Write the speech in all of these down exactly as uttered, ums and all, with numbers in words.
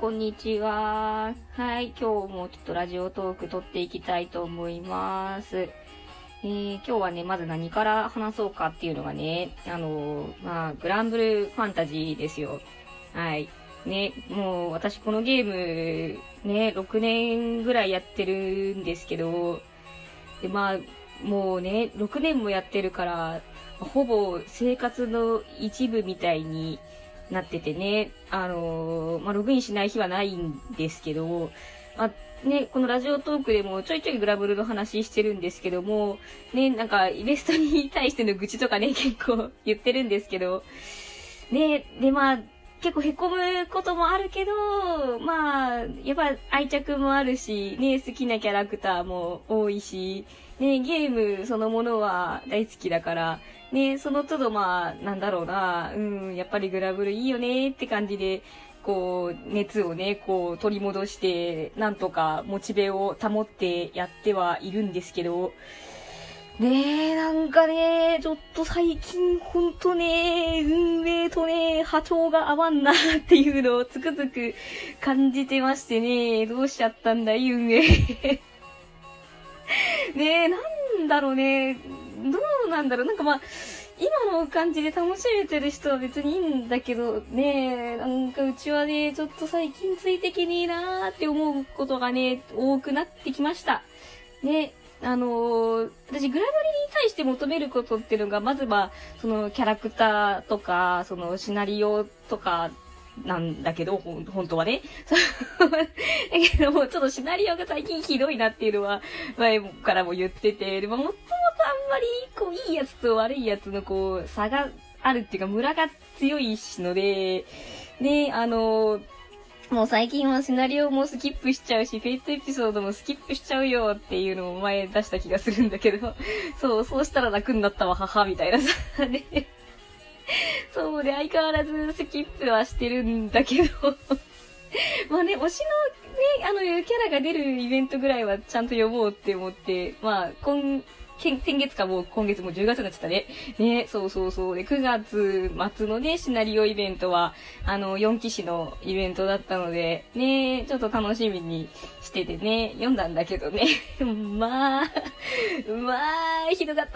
こんにちは。はい、今日もちょっとラジオトーク撮っていきたいと思います。えー、今日はね、まず何から話そうかっていうのがね、あのー、まあ、グランブルファンタジーですよ。はい。ね、もう私このゲーム、ね、ろくねんぐらいやってるんですけど、で、まあ、もうね、ろくねんもやってるから、ほぼ生活の一部みたいになっててね、あのー、まあ、ログインしない日はないんですけど、まあ、ね、このラジオトークでもちょいちょいグラブルの話してるんですけども、ね、なんか、イベストに対しての愚痴とかね、結構言ってるんですけど、ね、で、まあ、結構凹むこともあるけど、まあ、やっぱ愛着もあるし、ね、好きなキャラクターも多いし、ね、ゲームそのものは大好きだから、ね、その都度まあ、なんだろうな、うん、やっぱりグラブルいいよねって感じで、こう、熱をね、こう取り戻して、なんとかモチベを保ってやってはいるんですけど、ねえ、なんかね、ちょっと最近ほんとね、運営とね、波長が合わんなっていうのをつくづく感じてましてね、どうしちゃったんだい、運営。ねえ、なんだろうね、どうなんだろう、なんかまあ、今の感じで楽しめてる人は別にいいんだけどね、なんかうちはね、ちょっと最近ついてけねえなーって思うことがね、多くなってきました。ね。あのー、私、グラブリに対して求めることっていうのが、まずは、その、キャラクターとか、その、シナリオとか、なんだけど、ほん、本当はね。だけども、ちょっとシナリオが最近ひどいなっていうのは、前からも言ってて、でも、もともとあんまり、こう、いいやつと悪いやつの、こう、差があるっていうか、ムラが強いので、ね、あのー、もう最近はシナリオもスキップしちゃうし、フェイトエピソードもスキップしちゃうよっていうのを前出した気がするんだけど、そう、そうしたら楽になったわ、母、みたいなさ、ね。そうで、相変わらずスキップはしてるんだけど、まあね、推しのね、あの、キャラが出るイベントぐらいはちゃんと呼ぼうって思って、まあ、今、先月かもう今月もじゅうがつになっちゃったね。ね、そうそうそう。で、くがつ末のね、シナリオイベントは、あの、よん騎士のイベントだったので、ね、ちょっと楽しみにしててね、読んだんだけどね。まあ、まあ、ひどかった。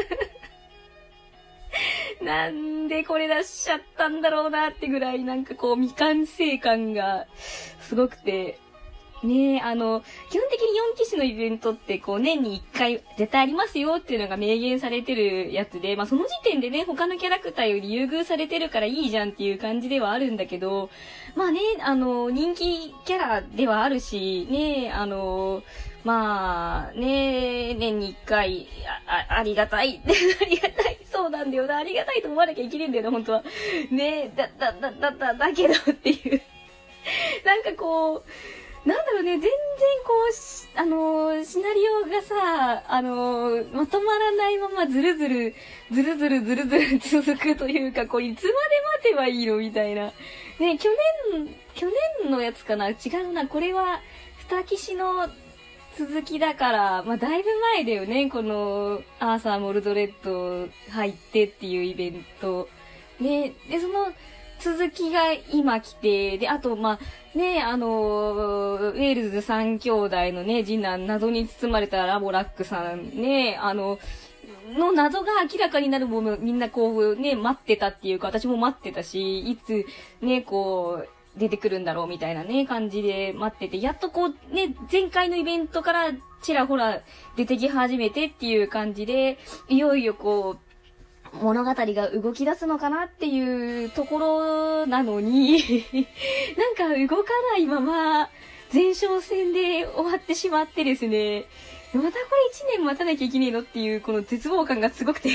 なんでこれ出しちゃったんだろうなってぐらい、なんかこう、未完成感がすごくて、ねえ、あの、基本的によん騎士のイベントって、こう、年にいっかい絶対ありますよっていうのが明言されてるやつで、まあ、その時点でね、他のキャラクターより優遇されてるからいいじゃんっていう感じではあるんだけど、まあね、あの、人気キャラではあるし、ね、あの、まあ、ね、年にいっかい、あ、あ、ありがたい。ありがたい。そうなんだよな。ありがたいと思わなきゃいけないんだよな、本当は。ね、だ、だ、だ、だ、だ、だけどっていう。なんかこう、なんだろうね、全然こう、あのー、シナリオがさ、あのー、まとまらないままずるずる、ずるずるずるずる続くというか、こう、いつまで待てばいいのみたいな。ね、去年、去年のやつかな違うな、これは、二騎士の続きだから、まあ、だいぶ前だよね、この、アーサー・モルドレッド入ってっていうイベント。ね、で、その、続きが今来て、で、あと、まあ、ね、あのー、ウェールズ三兄弟のね、次男、謎に包まれたラボラックさん、ね、あの、の謎が明らかになるもの、みんなこう、ね、待ってたっていうか、私も待ってたし、いつ、ね、こう、出てくるんだろうみたいなね、感じで待ってて、やっとこう、ね、前回のイベントからちらほら出てき始めてっていう感じで、いよいよこう、物語が動き出すのかなっていうところなのに、なんか動かないまま前哨戦で終わってしまってですね、またこれ一年待たなきゃいけねえのっていうこの絶望感がすごくて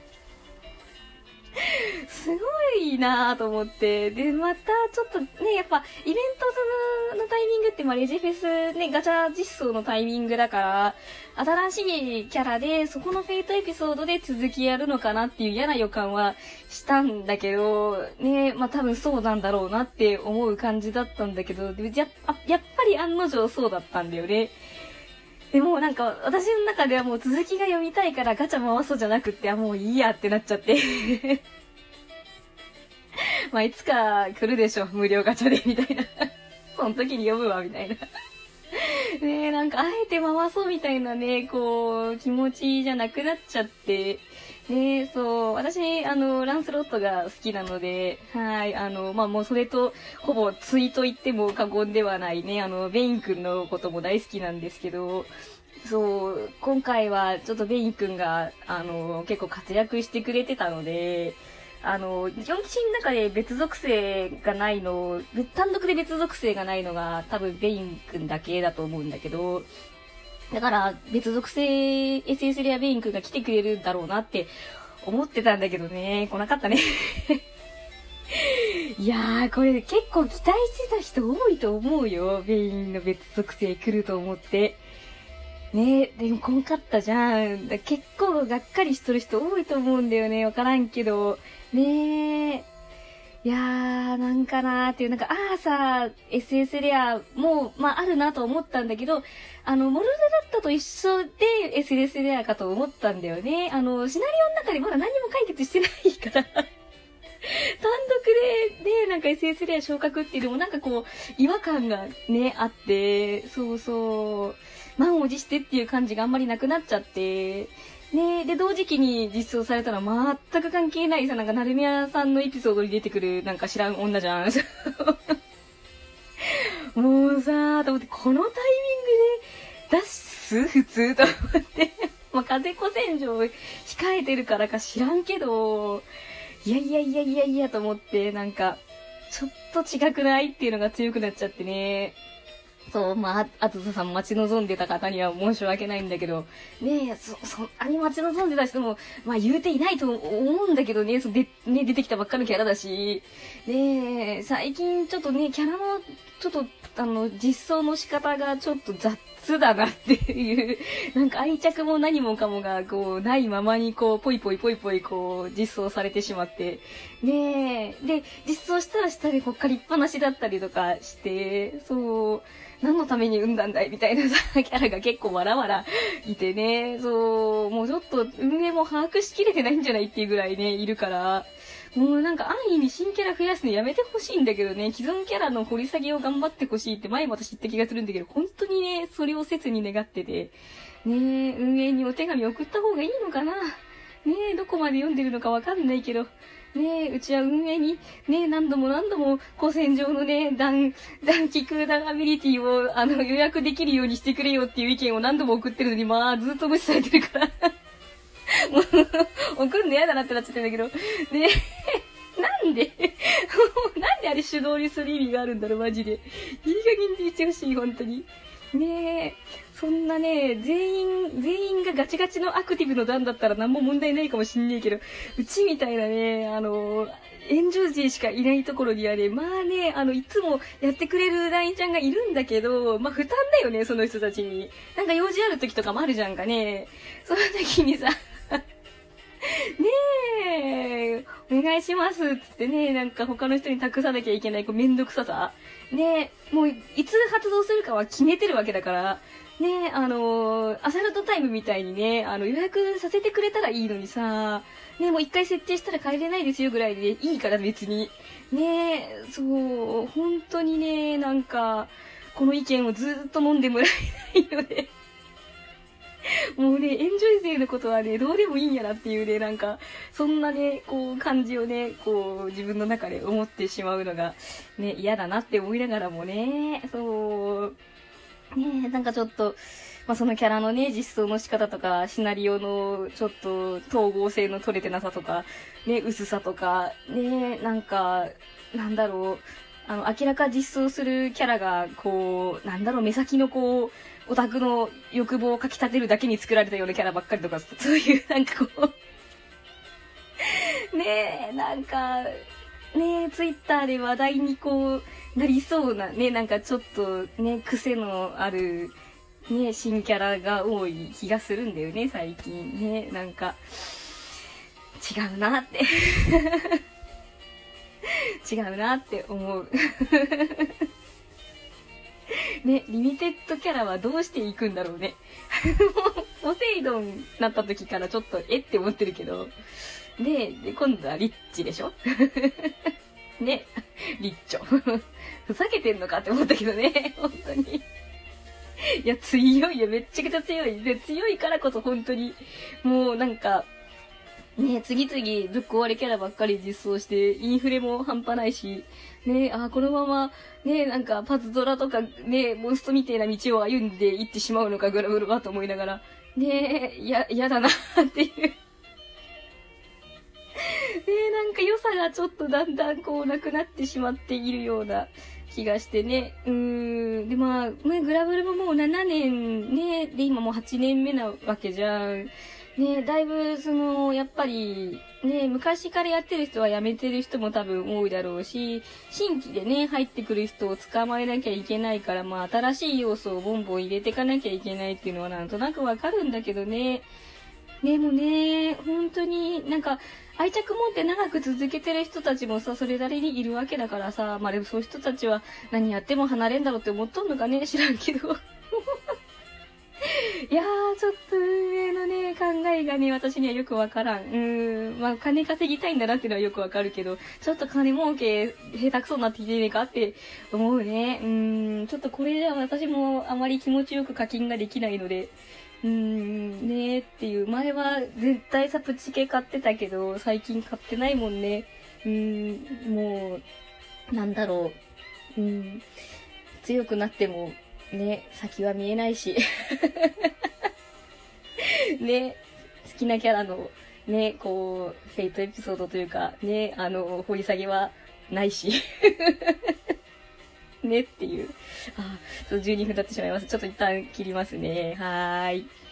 すごいなぁと思って。で、またちょっとね、やっぱイベントのタイミングってまあレジフェスね、ガチャ実装のタイミングだから、新しいキャラでそこのフェイトエピソードで続きやるのかなっていう嫌な予感はしたんだけど、ね、まあ多分そうなんだろうなって思う感じだったんだけど、でややっぱり案の定そうだったんだよね。でもなんか私の中ではもう続きが読みたいからガチャ回そうじゃなくって、あ、もういいやってなっちゃってまあいつか来るでしょ、無料ガチャでみたいなその時に読むわ、みたいな。ねえ、なんか、あえて回そうみたいなね、こう、気持ちじゃなくなっちゃって、ねえ、そう、私、あの、ランスロットが好きなので、はい、あの、まあ、もうそれと、ほぼ対と言っても過言ではないね、あの、ベイン君のことも大好きなんですけど、そう、今回はちょっとベイン君が、あの、結構活躍してくれてたので、あの、よん騎士の中で別属性がないの、単独で別属性がないのが多分ベイン君だけだと思うんだけど、だから別属性 エスエス レアベイン君が来てくれるだろうなって思ってたんだけどね、来なかったね。いやー、これ結構期待してた人多いと思うよ。ベインの別属性来ると思って。ねえ、でもこんかったじゃん。結構がっかりしとる人多いと思うんだよね。わからんけど。ねえ。いやー、なんかなーっていう、なんか、あーさ、エスエス レアも、まあ、あるなと思ったんだけど、あの、モルデラッタと一緒で エスエス レアかと思ったんだよね。あの、シナリオの中でまだ何も解決してないから。単独で、ね、なんか エスエス レア昇格っていうのもなんかこう、違和感がね、あって、そうそう、満を持してっていう感じがあんまりなくなっちゃって、ね、で、同時期に実装されたら全く関係ないさ、なんか、なるみやさんのエピソードに出てくる、なんか知らん女じゃん。もうさー、と思って、このタイミングで出す普通と思って。まあ、風子洗浄控えてるからか知らんけど、いやいやいやいやいやと思って、なんか、ちょっと違くないっていうのが強くなっちゃってね。そう、まあ、あつささん待ち望んでた方には申し訳ないんだけど、ねえ、そ、そんなに待ち望んでた人も、まあ言うていないと思うんだけどね、そで、ね、出てきたばっかのキャラだし、ねえ、最近ちょっとね、キャラの、ちょっと、あの、実装の仕方がちょっと雑だなっていう、なんか愛着も何もかもが、こう、ないままに、こう、ぽいぽいぽいぽい、こう、実装されてしまって、ねえ、で、実装したら下でほっかりっぱなしだったりとかして、そう、何のために産んだんだいみたいなさ、キャラが結構わらわらいてね、そう、もうちょっと運営も把握しきれてないんじゃないっていうぐらいね、いるから、もうなんか安易に新キャラ増やすのやめてほしいんだけどね、既存キャラの掘り下げを頑張ってほしいって前も私言った気がするんだけど、本当にね、それを切に願ってて、ね、運営にお手紙送った方がいいのかな。ね、どこまで読んでるのかわかんないけど、ねえ、うちは運営に、ねえ、何度も何度も、古戦場のね、段、段キクダンアビリティを、あの、予約できるようにしてくれよっていう意見を何度も送ってるのに、まあ、ずっと無視されてるから。もう、送るの嫌だなってなっちゃってんだけど。ねえ、なんでなんであれ手動にする意味があるんだろう、マジで。いい加減に言ってほしい、本当に。ねえ、そんなね、全員、全員がガチガチのアクティブの段だったら何も問題ないかもしんねえけど、うちみたいなね、あの、炎上勢しかいないところにあれ、まあね、あの、いつもやってくれる団員ちゃんがいるんだけど、まあ負担だよね、その人たちに。なんか用事ある時とかもあるじゃんかね。その時にさ、ねえ、お願いしますっつってね、なんか他の人に託さなきゃいけないこうめんどくささ。ねえ、もういつ発動するかは決めてるわけだから、ねえ、あのー、アサルトタイムみたいにね、あの予約させてくれたらいいのにさ、ねえ、もう一回設定したら帰れないですよぐらいでいいから別に。ねえ、そう、本当にね、なんか、この意見をずっと飲んでもらえないよね。もうね、エンジョイ勢のことはね、どうでもいいんやなっていうね、なんか、そんなね、こう、感じをね、こう、自分の中で思ってしまうのが、ね、嫌だなって思いながらもね、そう、ね、なんかちょっと、まあ、そのキャラのね、実装の仕方とか、シナリオのちょっと統合性の取れてなさとか、ね、薄さとか、ね、なんか、なんだろう、あの、明らか実装するキャラが、こう、なんだろう、目先のこう、オタクの欲望をかき立てるだけに作られたようなキャラばっかりとか、そういうなんかこうねえ、なんか、ねえ、ツイッターで話題にこう、なりそうなね、なんかちょっとね、癖のある、ね、新キャラが多い気がするんだよね、最近ね、なんか、違うなって違うなって思うね、リミテッドキャラはどうしていくんだろうね。ポセイドンになった時からちょっとえって思ってるけど。で、で今度はリッチでしょね。リッチョ。ふざけてんのかって思ったけどね。本当に。いや、強いよ。めっちゃくちゃ強い。で、強いからこそ本当に、もうなんか、ね、次々ぶっ壊れキャラばっかり実装して、インフレも半端ないし、ね、あ、このまま、ね、なんかパズドラとかね、モンストみたいな道を歩んでいってしまうのか、グラブルはと思いながら、ね、や、やだなっていう。ね、なんか良さがちょっとだんだんこうなくなってしまっているような気がしてね。うーん。で、まあ、ね、グラブルももうななねんね、で、今もうはちねんめなわけじゃん。ね、だいぶ、その、やっぱり、ね、昔からやってる人は辞めてる人も多分多いだろうし、新規でね、入ってくる人を捕まえなきゃいけないから、まあ、新しい要素をボンボン入れていかなきゃいけないっていうのはなんとなくわかるんだけどね。でもね、本当になんか、愛着持って長く続けてる人たちもさ、それなりにいるわけだからさ、まあでもそういう人たちは何やっても離れんだろうって思っとんのかね、知らんけど。いやー、ちょっと運営のね、考えがね、私にはよくわからん。うーん、まあ、金稼ぎたいんだなっていうのはよくわかるけど、ちょっと金儲け、下手くそになってきてねえかって思うね。うーん、ちょっとこれじゃ私もあまり気持ちよく課金ができないので、うーん、ねーっていう。前は絶対サプチケ買ってたけど、最近買ってないもんね。うーん、もう、なんだろう。うーん、強くなっても、ね、先は見えないし。ね、好きなキャラの、ね、こう、フェイトエピソードというか、ね、あの、掘り下げはないし。ねっていう。あ、ちょっとじゅうにふん経ってしまいます。ちょっと一旦切りますね。はーい。